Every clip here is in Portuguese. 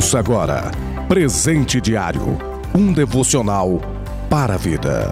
Ouça agora Presente Diário, um devocional para a vida.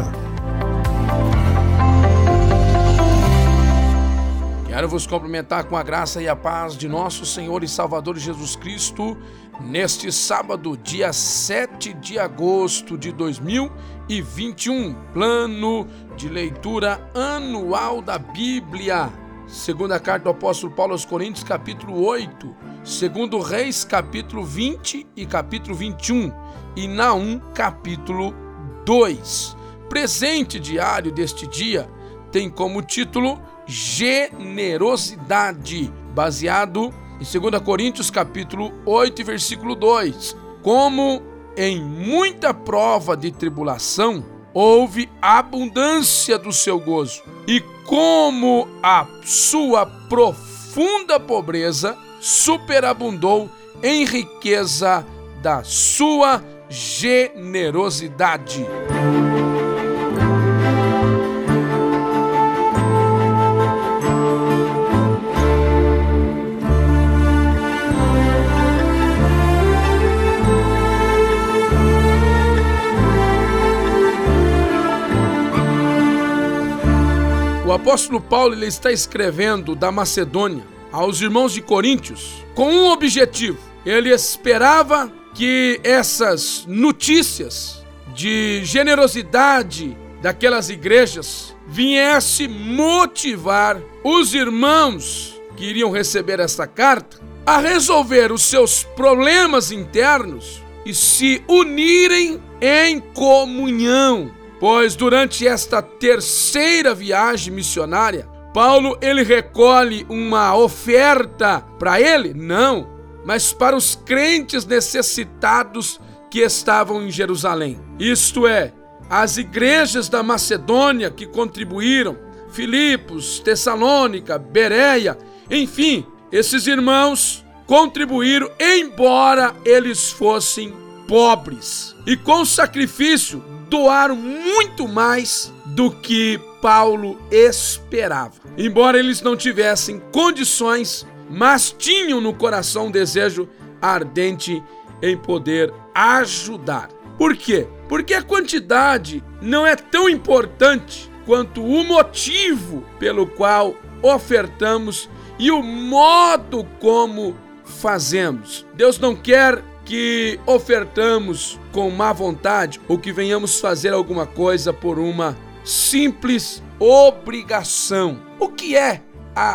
Quero vos cumprimentar com a graça e a paz de nosso Senhor e Salvador Jesus Cristo, neste sábado, dia 7 de agosto de 2021, plano de leitura anual da Bíblia. Segunda carta do apóstolo Paulo aos Coríntios, capítulo 8, segundo Reis, capítulo 20 e capítulo 21, e Naum, capítulo 2. Presente diário deste dia tem como título Generosidade, baseado em 2 Coríntios capítulo 8, versículo 2. Como em muita prova de tribulação, houve abundância do seu gozo, e como a sua profunda pobreza superabundou em riqueza da sua generosidade. O apóstolo Paulo ele está escrevendo da Macedônia aos irmãos de Coríntios com um objetivo. Ele esperava que essas notícias de generosidade daquelas igrejas viessem motivar os irmãos que iriam receber essa carta a resolver os seus problemas internos e se unirem em comunhão. Pois durante esta terceira viagem missionária, Paulo ele recolhe uma oferta para ele? Não, mas para os crentes necessitados que estavam em Jerusalém. Isto é, as igrejas da Macedônia que contribuíram, Filipos, Tessalônica, Bereia, enfim, esses irmãos contribuíram embora eles fossem pobres. E com sacrifício, doaram muito mais do que Paulo esperava. Embora eles não tivessem condições, mas tinham no coração um desejo ardente em poder ajudar. Por quê? Porque a quantidade não é tão importante quanto o motivo pelo qual ofertamos e o modo como fazemos. Deus não quer que ofertamos com má vontade ou que venhamos fazer alguma coisa por uma simples obrigação. O que é a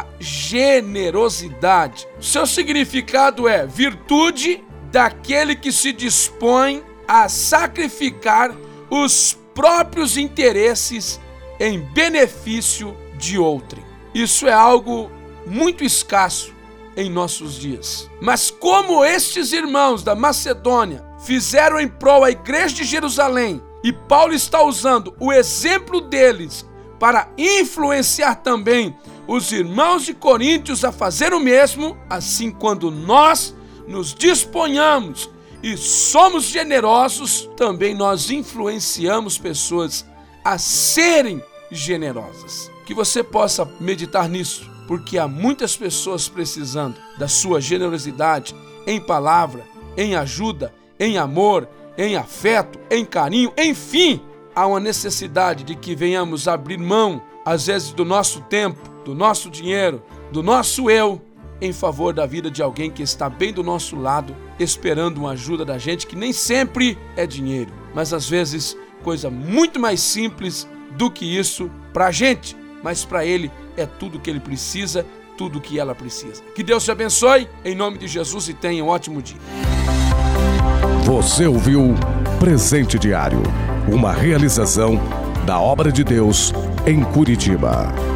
generosidade? Seu significado é virtude daquele que se dispõe a sacrificar os próprios interesses em benefício de outrem. Isso é algo muito escasso em nossos dias. Mas como estes irmãos da Macedônia fizeram em prol a igreja de Jerusalém, e Paulo está usando o exemplo deles para influenciar também os irmãos de Coríntios a fazer o mesmo, assim quando nós nos disponhamos e somos generosos, também nós influenciamos pessoas a serem generosas. Que você possa meditar nisso, porque há muitas pessoas precisando da sua generosidade em palavra, em ajuda, em amor, em afeto, em carinho, enfim, há uma necessidade de que venhamos abrir mão, às vezes, do nosso tempo, do nosso dinheiro, do nosso eu, em favor da vida de alguém que está bem do nosso lado, esperando uma ajuda da gente, que nem sempre é dinheiro, mas às vezes coisa muito mais simples do que isso para a gente, mas para ele é tudo que ele precisa, tudo que ela precisa. Que Deus te abençoe, em nome de Jesus, e tenha um ótimo dia. Você ouviu Presente Diário, uma realização da Obra de Deus em Curitiba.